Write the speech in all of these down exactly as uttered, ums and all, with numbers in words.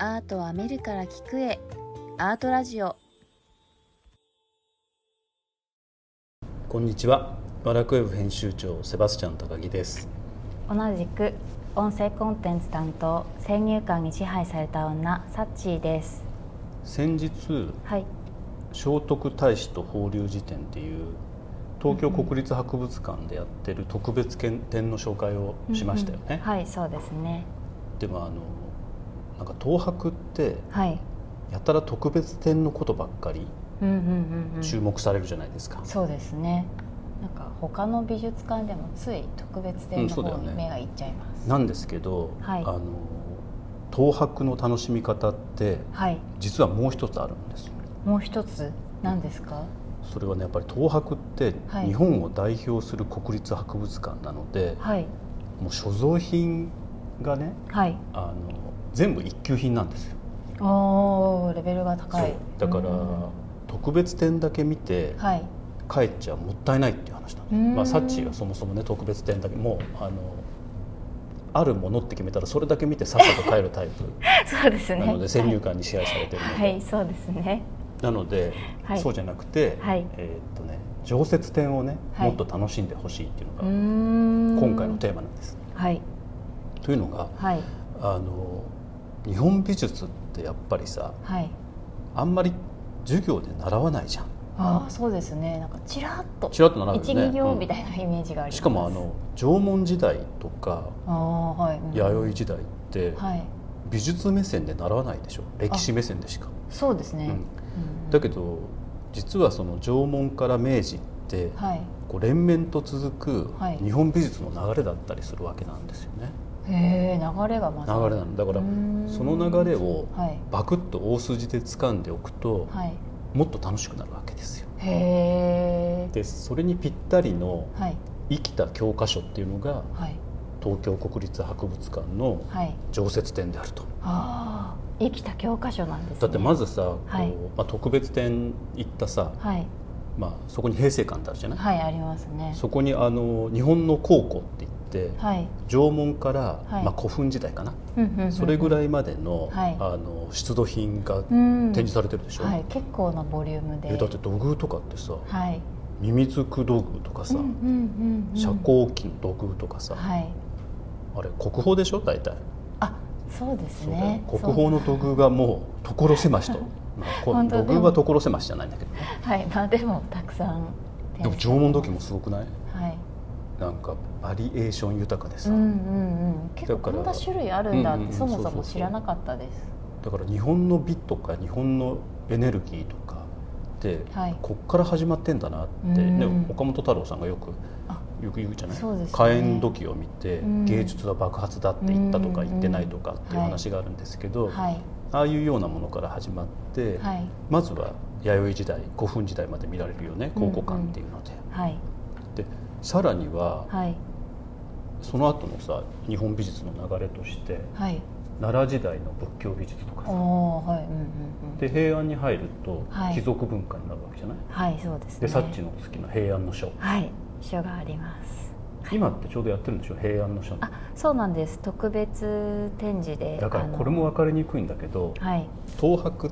アートは見るから聞くへ、アートラジオ。 こんにちは。ワラクウェブ編集長セバスチャン高木です。 同じく音声コンテンツ担当、先入観に支配された女、サッチーです。 先日、はい、聖徳太子と法隆寺展っていう東京国立博物館でやってる特別展の紹介をしましたよね。 うんうん、はい、そうですね。 でもあのなんか東博って、はい、やたら特別展のことばっかり注目されるじゃないですか。 うんうんうんうん、そうですね。なんか他の美術館でもつい特別展の方に目がいっちゃいます。 うん、なんですけど、はい、あの東博の楽しみ方って、はい、実はもう一つあるんです。 もう一つ何ですか？ それはね、やっぱり東博って日本を代表する国立博物館なので、はい、もう所蔵品がね、はい、あの全部一級品なんですよ。 おー、レベルが高い。 だから特別展だけ見て、はい、帰っちゃもったいないっていう話なんです。まあ、サッチーはそもそもね、特別展だけもうあのあるものって決めたらそれだけ見てさっさと帰るタイプそうですね、 なので先入観に支配されているので、 はい、はい、そうですね。 なので、はい、そうじゃなくて、はい、えーっとね、常設展をね、はい、もっと楽しんでほしいっていうのが今回のテーマなんです。はい、というのが、はい、あの日本美術ってやっぱりさ、はい、あんまり授業で習わないじゃん。 ああ、そうですね。なんかチラッとチラッと習うよね。 一二行みたいなイメージがあります。 しかもあの縄文時代とか、あ、はい、うん、弥生時代って、はい、美術目線で習わないでしょ。歴史目線でしか。 そうですね。うんうん、 だけど実はその縄文から明治って、はい、こう連綿と続く日本美術の流れだったりするわけなんですよね。 へえ、流れがまず流れなのだから、その流れをバクッと大筋で掴んでおくと、はい、もっと楽しくなるわけですよ。へでそれにぴったりの生きた教科書っていうのが、はい、東京国立博物館の常設展であると。 ああ、生きた教科書なんですね。 だってまずさ、はい、こうまあ、特別展行ったさ、はい、まあ、そこに平成館ってあるじゃない。 はい、ありますね。 そこにあの日本の考古って言って、はい、縄文から、はい、まあ、古墳時代かな、それぐらいまでの、はい、あの出土品が展示されてるでしょ。はい、 結構なボリュームで。 えだって土偶とかってさ、はい、ミミズク土偶とかさ、遮光器の土偶とかさ、はい、あれ国宝でしょ大体。 あ、そうですね。 国宝の土偶がもう所狭しとまあ、土偶は所狭しじゃないんだけどね。 はい、まあでもたくさん。 でも縄文土器もすごくない？はい。なんかバリエーション豊かでさ、うんうんうん、 結構こんな種類あるんだってそもそも知らなかったです。 だから日本の美とか日本のエネルギーとかって、はい、こっから始まってんだなって、ね、岡本太郎さんがよくよく言うじゃない。そうですね、火炎土器を見て芸術は爆発だって言ったとか言ってないとかっていう話があるんですけど、はい、ああいうようなものから始まって、はい、まずは弥生時代古墳時代まで見られるよね、考古館っていうので、うんうん、はい、でさらには、はい、その後のさ日本美術の流れとして、はい、奈良時代の仏教美術とかさ、はい、うんうんうん、で平安に入ると貴族文化になるわけじゃない。はい、はい、そうですね。でサッチの好きな平安の書、 はい、書があります。 今ってちょうどやってるんでしょ、平安の書。 あ、そうなんです。特別展示で。 だからこれも分かりにくいんだけど、はい、東博って、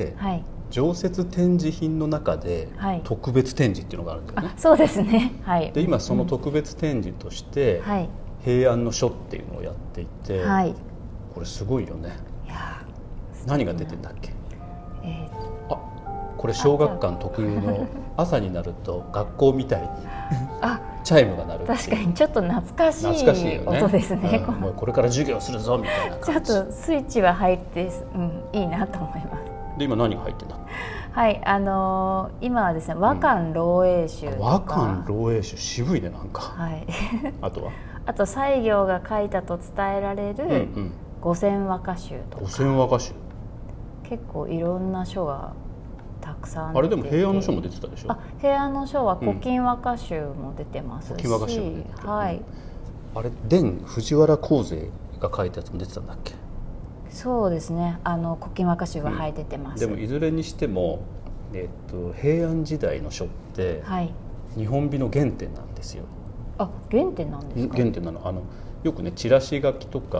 はい、常設展示品の中で特別展示っていうのがあるんだよね。 あ、そうですね、はい、 で今その特別展示として、うん、平安の書っていうのをやっていて、はい、これすごいよね。いや、何が出てんだっけ。えー、あ、これ小学館特有の朝になると学校みたいにあチャイムが鳴る。 確かにちょっと懐かしい音ですね。 うん、もうこれから授業するぞみたいな感じ。 ちょっとスイッチは入って、うん、いいなと思います。 で今何が入ってんだ。 はい、あのー、今はですね、和漢漏洩集とか、 うん、和漢漏洩集渋いねなんか。はい。あとはあと西行が書いたと伝えられる五千和歌集とか。 五千和歌集。 結構いろんな書がたくさん出てて。 あれでも平安の書も出てたでしょ。 あ、平安の書は古今和歌集も出てますし、 古今和歌集も出てる、 はい、 あれ伝藤原浩生が書いたやつも出てたんだっけ。 そうですね、あの古今和歌集は入っててます、 うん、でもいずれにしても、えっと、平安時代の書って、はい、日本美の原点なんですよ。 あ、原点なんですか。 原点なの。あのよくねチラシ書きとか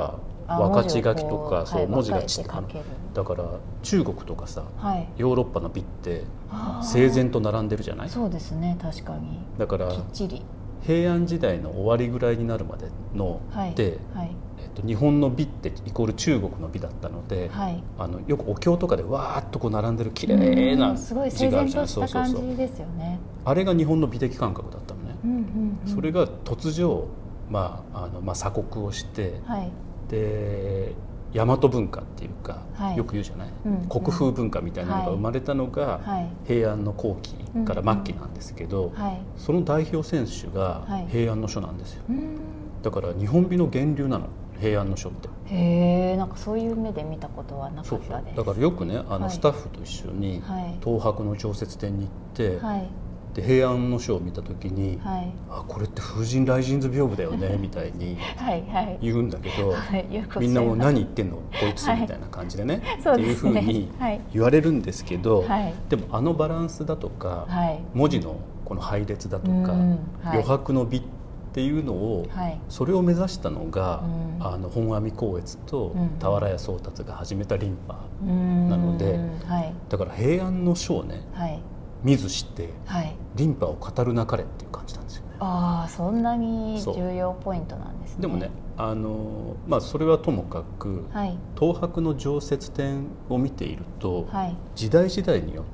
分かち書きとか、そう文字がちってかだから中国とかさ、はい、ヨーロッパの美って整然と並んでるじゃない。 そうですね、確かに。 だからきっちり平安時代の終わりぐらいになるまでの、はいではいえっと、日本の美ってイコール中国の美だったので、はい、あのよくお経とかでわーっとこう並んでる綺麗な字があるじゃない。すごい整然とした感じですよね。あれが日本の美的感覚だったのね、うんうんうん、それが突如、まああのまあ、鎖国をして、はい、で大和文化っていうか、はい、よく言うじゃない、うん、国風文化みたいなのが生まれたのが、はい、平安の後期から末期なんですけど、はい、その代表選手が平安の書なんですよ、はい、だから日本美の源流なの平安の書って。 へえ、なんかそういう目で見たことはなかったです。 そうそう、だからよくねあの、はい、スタッフと一緒に東博の常設展に行って、はい、で平安の書を見た時に、はい、あこれって風神雷神図屏風だよねみたいに言うんだけどはい、みんなもう何言ってんのこいつみたいな感じでね、はい、っていうふうに言われるんですけど、はい、でもあのバランスだとか、はい、文字のこの配列だとか、はい、余白の美っていうのを、はい、それを目指したのが、うん、あの本阿弥光悦と俵屋宗達が始めた琳派なので、はい、だから平安の書をね、はい見ずして、はい、琳派を語るなかれっていう感じなんですよね。 ああ、そんなに重要ポイントなんですね。 でもね、あの、まあ、それはともかく、はい、東博の常設展を見ていると、はい、時代時代によって、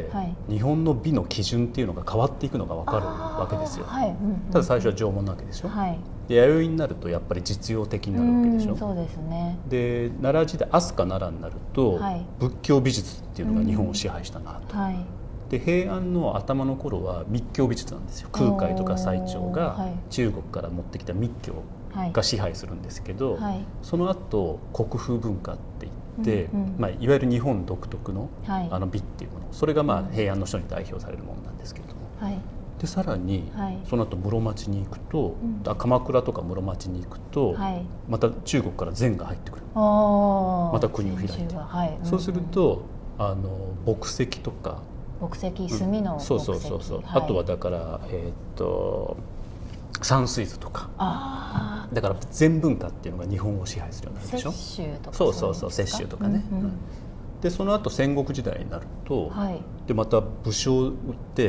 はい、日本の美の基準っていうのが変わっていくのが分かるわけですよ、はいうんうん、ただ最初は縄文なわけでしょ、はい、で弥生になるとやっぱり実用的になるわけでしょ。 うんそうですね。 で奈良時代飛鳥奈良になると、はい、仏教美術っていうのが日本を支配したなと、うんはいで平安の頭の頃は密教美術なんですよ。空海とか最澄が中国から持ってきた密教が支配するんですけど、はい、その後国風文化っていって、うんうんまあ、いわゆる日本独特 の,、はい、あの美っていうものそれがまあ平安の書に代表されるものなんですけれども、はい、でさらにその後室町に行くと、はい、鎌倉とか室町に行くと、はい、また中国から禅が入ってくる、また国を開いて、はいうんうん、そうするとあの墨石とか墨石墨の墨石、うん、そうそうそうそう、 はい、あとはだから、えー、っと山水図とかあだから禅文化っていうのが日本を支配するようになるでしょ。 雪舟とかそうそうそう雪舟とかね、うんうんうん、でその後戦国時代になると、はい、でまた武将って、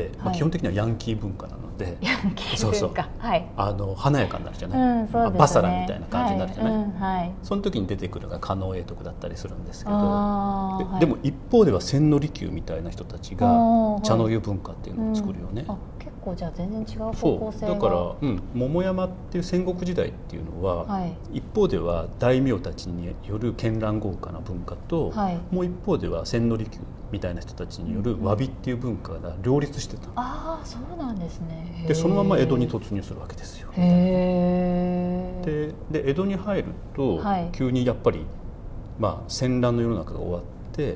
まあ、基本的にはヤンキー文化なので、 ヤンキー文化そうそう、はい、 あの華やかになるじゃない、うんそうですね、バサラみたいな感じになるじゃない、はいうんはい、その時に出てくるのが狩野英徳だったりするんですけど で,、はい、でも一方では千利休みたいな人たちが茶の湯文化っていうのを作るよね、 うん、あ結構じゃあ全然違う方向性がそうだから、うん、桃山っていう戦国時代っていうのは、はい、一方では大名たちによる絢爛豪華な文化と、はい、もう一方では千利休みたいな人たちによる詫びっていう文化が両立してた、うん、 ああそうなんですね。 でそのまま江戸に突入するわけですよ。へでで江戸に入ると、はい、急にやっぱり、まあ、戦乱の世の中が終わって、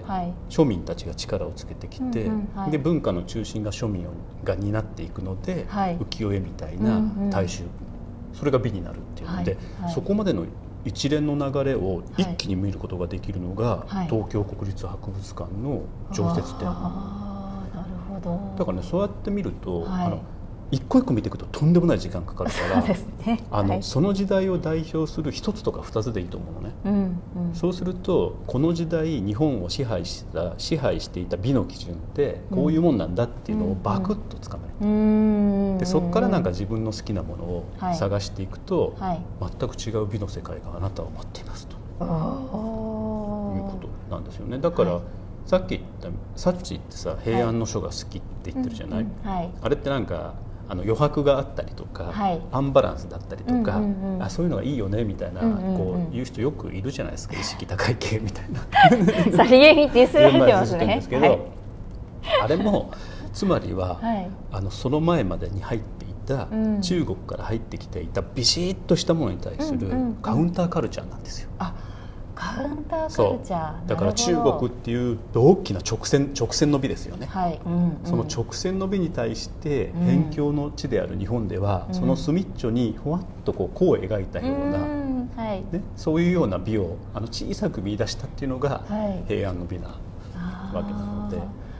はい、庶民たちが力をつけてきて、うんうんはい、で文化の中心が庶民が担っていくので、はい、浮世絵みたいな大衆、うんうん、それが美になるっていうので、はいはい、そこまでの一連の流れを一気に見ることができるのが、はい、東京国立博物館の常設展、 ああなるほど。 だからねそうやって見ると、はい、あの一個一個見ていくととんでもない時間かかるからそうですね、あの、はい、その時代を代表する一つとか二つでいいと思うのね、うんうん、そうするとこの時代日本を支配した支配していた美の基準ってこういうもんなんだっていうのをバクッとつかめる、うんうん、でそこからなんか自分の好きなものを探していくと、はい、全く違う美の世界があなたを待っていますと、はい、いうことなんですよね。だから、はい、さっき言ったサッチってさ平安の書が好きって言ってるじゃない、はいうんうんはい、あれってなんかあの余白があったりとか、はい、アンバランスだったりとか、うんうんうん、あそういうのがいいよねみたいな、うんうんうん、こう言う人よくいるじゃないですか、意識高い系みたいなさりげにディスられてますね、 まあ、ですけど、はい、あれもつまりは、はい、あのその前までに入っていた、うん、中国から入ってきていたビシッとしたものに対するカウンターカルチャーなんですよ、うんうんうん、あカウンターカルチャーだから中国っていう大きな直線直線の美ですよね、はいうんうん、その直線の美に対して辺境の地である日本では、うん、その隅っちょにふわっとこう弧を描いたような、うんはいね、そういうような美をあの小さく見出したっていうのが平安の美なわけなので、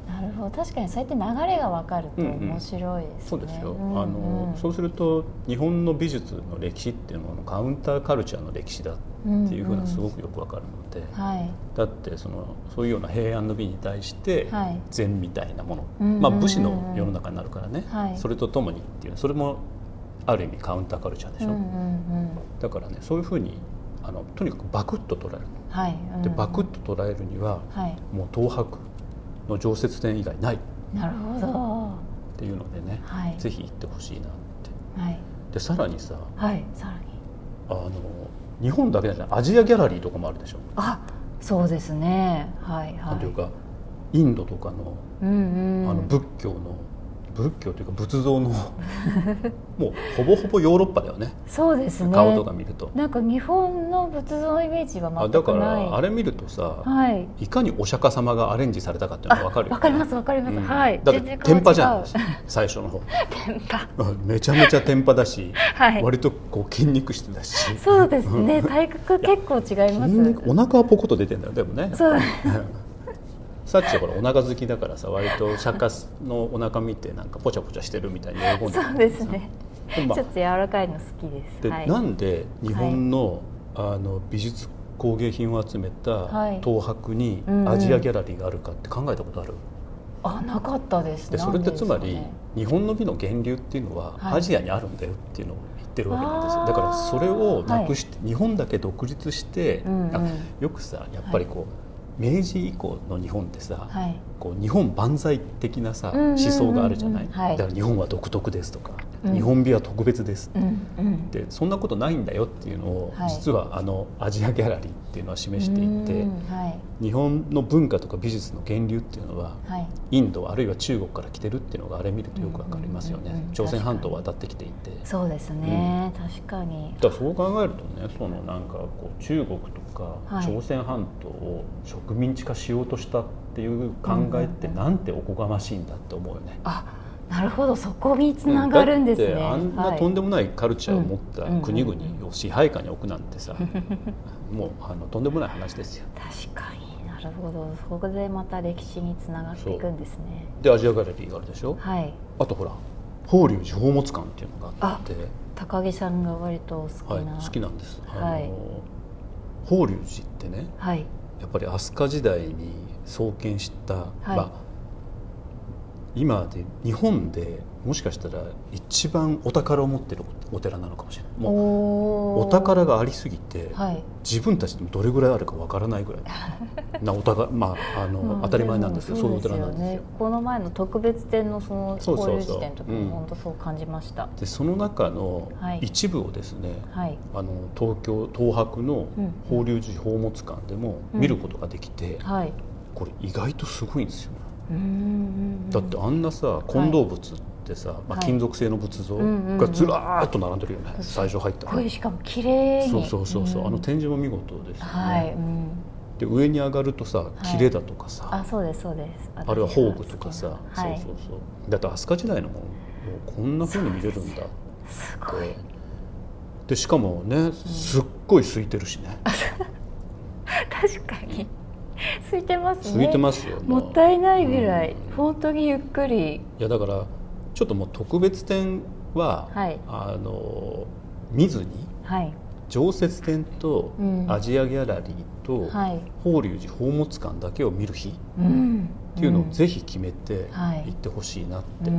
なるほど、確かにそうやって流れが分かると面白いですね。 そうですよ、うんうん、あのそうすると日本の美術の歴史っていうものカウンターカルチャーの歴史だっていうふうなすごくよく分かるので、うんうん、はい、だってそのそういうような平安の美に対して禅みたいなもの、はい、まあ、武士の世の中になるからね、はい、それとともにっていうそれもある意味カウンターカルチャーでしょ、うんうんうん、だからねそういうふうにあのとにかくバクッと捉える、はい、うんうん、でバクッと捉えるには、はい、もう東博の常設展以外ない、 なるほどっていうのでね、はい、ぜひ行ってほしいなって、はい、でさらにさ、 はい、さらにあの日本だけじゃないアジアギャラリーとかもあるでしょ。 あ、そうですね、はいはい、 なんていうかインドとかの、うんうん、あの仏教の仏教というか仏像のもうほぼほぼヨーロッパだよね。 そうですね、 顔とか見るとなんか日本の仏像のイメージは全くない。 あだからあれ見るとさ、はい、いかにお釈迦様がアレンジされたかっていうのが分かるよね。 分かります分かります、うん、はい。 だって天パじゃん最初の方天パめちゃめちゃ天パだし、はい、割とこう筋肉質だし。 そうですね体格結構違います。 筋肉お腹はポコッと出てんだよでもね。そうさっきはお腹好きだからさ割と釈迦のお腹見てなんかポチャポチャしてるみたいに喜んでる。 そうですね、まあ、ちょっと柔らかいの好きです。 で、 はい、 なんで日本の、はい、あの美術工芸品を集めた東博にアジアギャラリーがあるかって考えたことある？ あ、なかったです。 でそれってつまり、ね、日本の美の源流っていうのはアジアにあるんだよっていうのを言ってるわけなんですよ。だからそれをなくして、はい、日本だけ独立して、うんうん、あよくさやっぱりこう、はい明治以降の日本ってさ、はい、こう日本万歳的なさ、うんうんうん、思想があるじゃない、はい、だから日本は独特ですとか、うん、日本美は特別です、うんうん、でそんなことないんだよっていうのを、はい、実はあのアジアギャラリーっていうのは示していて、はい、日本の文化とか美術の源流っていうのは、はい、インドあるいは中国から来てるっていうのがあれ見るとよくわかりますよね、うんうんうん、朝鮮半島を渡ってきていて。 そうですね、うん、確かに。 だからそう考えるとねそのなんかこう中国とか朝鮮半島を植民地化しようとしたっていう考えってなんておこがましいんだって思うよね。 あ、なるほど、そこにつながるんですね。 だってあんなとんでもないカルチャーを持った国々を支配下に置くなんてさ、もうあのとんでもない話ですよ。 確かに、なるほど、そこでまた歴史につながっていくんですね。 でアジアギャラリーがあるでしょ、はい、あとほら法隆寺宝物館っていうのがあって、 高木さんが割と好きな、 はい、好きなんです。あの、はい、法隆寺ってね、はい、やっぱり飛鳥時代に創建した、はい、まあ、今で日本でもしかしたら一番お宝を持ってるお寺なのかもしれない。もうお宝がありすぎて、はい、自分たちでもどれぐらいあるかわからないぐらいなお宝、まあ、あの当たり前なんですけど、そういうお寺なんですよ。 この前の特別展のその法隆寺展の時も本当そう感じました。 でその中の一部をですね、はい、あの東京東博の法隆寺宝物館でも見ることができて、うんはい、これ意外とすごいんですよ。だってあんなさ金銅仏ってさ、はい、まあ、金属製の仏像がずらーっと並んでるよね、はい、最初入ったら。 これしかも綺麗に。 そうそうそうそう、うん、あの展示も見事ですよね、はい、うん、で上に上がるとさ切れだとかさ、はい、 あ、そうですそうです。 あれは宝具とかさ、はい、そうそうそう、だって飛鳥時代のものもうこんな風に見れるんだって。 すごい。 でしかもねすっごい空いてるしね、 確かに空いてますね。 空いてますよ。 もったいないぐらい、うん、本当にゆっくり。いやだからちょっともう特別展は、はい、あの見ずに、はい、常設展とアジアギャラリーと、うん、法隆寺宝物館だけを見る日、うん、っていうのをぜひ決めて行ってほしいなって、うん、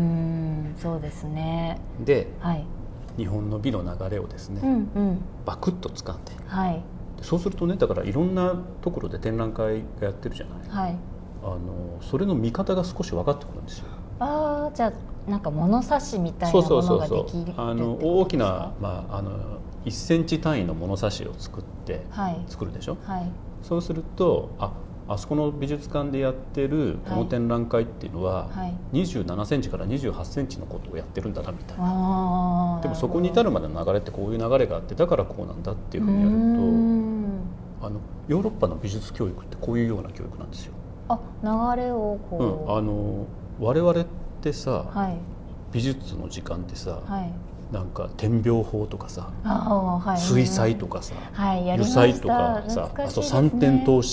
そうですね。 で、はい、日本の美の流れをですね、うんうん、バクッと掴んで、はい、そうするとね、だからいろんなところで展覧会がやってるじゃない、はい、あのそれの見方が少し分かってくるんですよ。 ああ、じゃあなんか物差しみたいなものができるってことですか？ あの大きな、まあ、あのいっセンチ単位の物差しを作って、はい、作るでしょ、はい、そうするとああそこの美術館でやってるこの展覧会っていうのは、はい、にじゅうななセンチからにじゅうはちセンチのことをやってるんだなみたいな。あ、でもそこに至るまでの流れってこういう流れがあってだからこうなんだっていうふうにやると、あのヨーロッパの美術教育ってこういうような教育なんですよ。 あ、流れをこう、 うん、あの我々ってさ、はい、美術の時間ってさ、はい、なんか点描法とかさ、あ、はい、水彩とかさ、はい、油彩とかさ、あと三点透視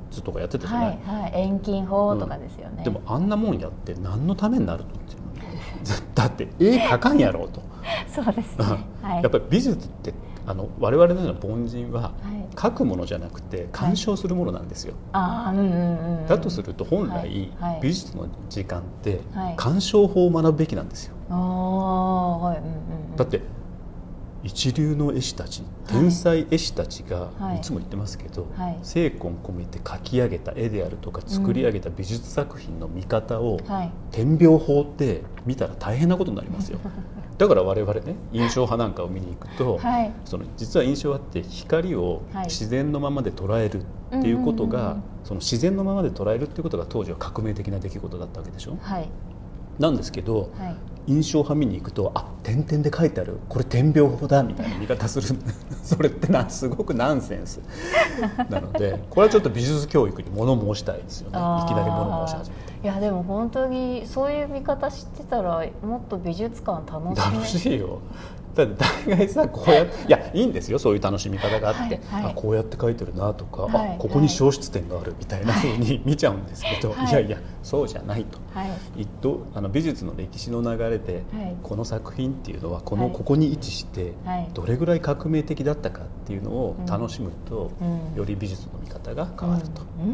図とかやってたじゃない、 はいはい、遠近法とかですよね、 うん、でもあんなもんやって何のためになるのっていうだって絵描かんやろうとそうですね、はい、 やっぱり美術ってあの我々のような凡人は描くものじゃなくて鑑賞するものなんですよ、はい、あうんうんうん、だとすると本来、はいはい、美術の時間って鑑賞法を学ぶべきなんですよ、はい、はいうんうん、だって一流の絵師たち、天才絵師たちが、はい、いつも言ってますけど、はい、精魂込めて描き上げた絵であるとか作り上げた美術作品の見方を、うんはい、点描法って見たら大変なことになりますよだから我々ね印象派なんかを見に行くと、はい、その実は印象派って光を自然のままで捉えるっていうことが、はい、その自然のままで捉えるっていうことが当時は革命的な出来事だったわけでしょ、はい、なんですけど、はい、印象派見に行くとあ点々で書いてあるこれ点描法だみたいな見方するそれってなすごくナンセンスなのでこれはちょっと美術教育に物申したいですよね。いきなり物申し始めて。 いやでも本当にそういう見方知ってたらもっと美術館楽しめ楽しいよ。だって大概さこうやっていやいいんですよそういう楽しみ方があって、はいはい、あこうやって書いてるなとか、はい、あここに消失点があるみたいな風に見ちゃうんですけど、はい、いやいやそうじゃないと、はい、一等あの美術の歴史の流れで、はい、この作品っていうのはこの、はい、ここに位置してどれぐらい革命的だったかっていうのを楽しむと、うん、より美術の見方が変わると、うん、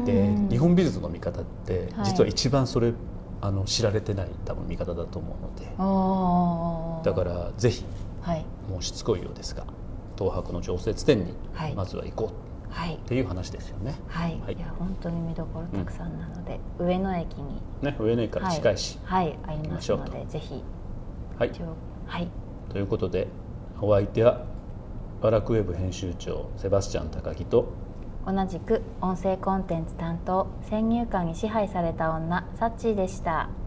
で日本美術の見方って実は一番それあの知られてない多分見方だと思うのでだからぜひ、はい、もうしつこいようですが東博の常設展にまずは行こう、はい、っていう話ですよね。 はい、はい、いや本当に見どころたくさんなので、うん、上野駅に、 ね、上野駅から近いし、 はいはい、ありますのでぜひ、 はいはい、ということでお相手はワラクウェブ編集長セバスチャン高木と同じく音声コンテンツ担当先入観に支配された女サッチーでした。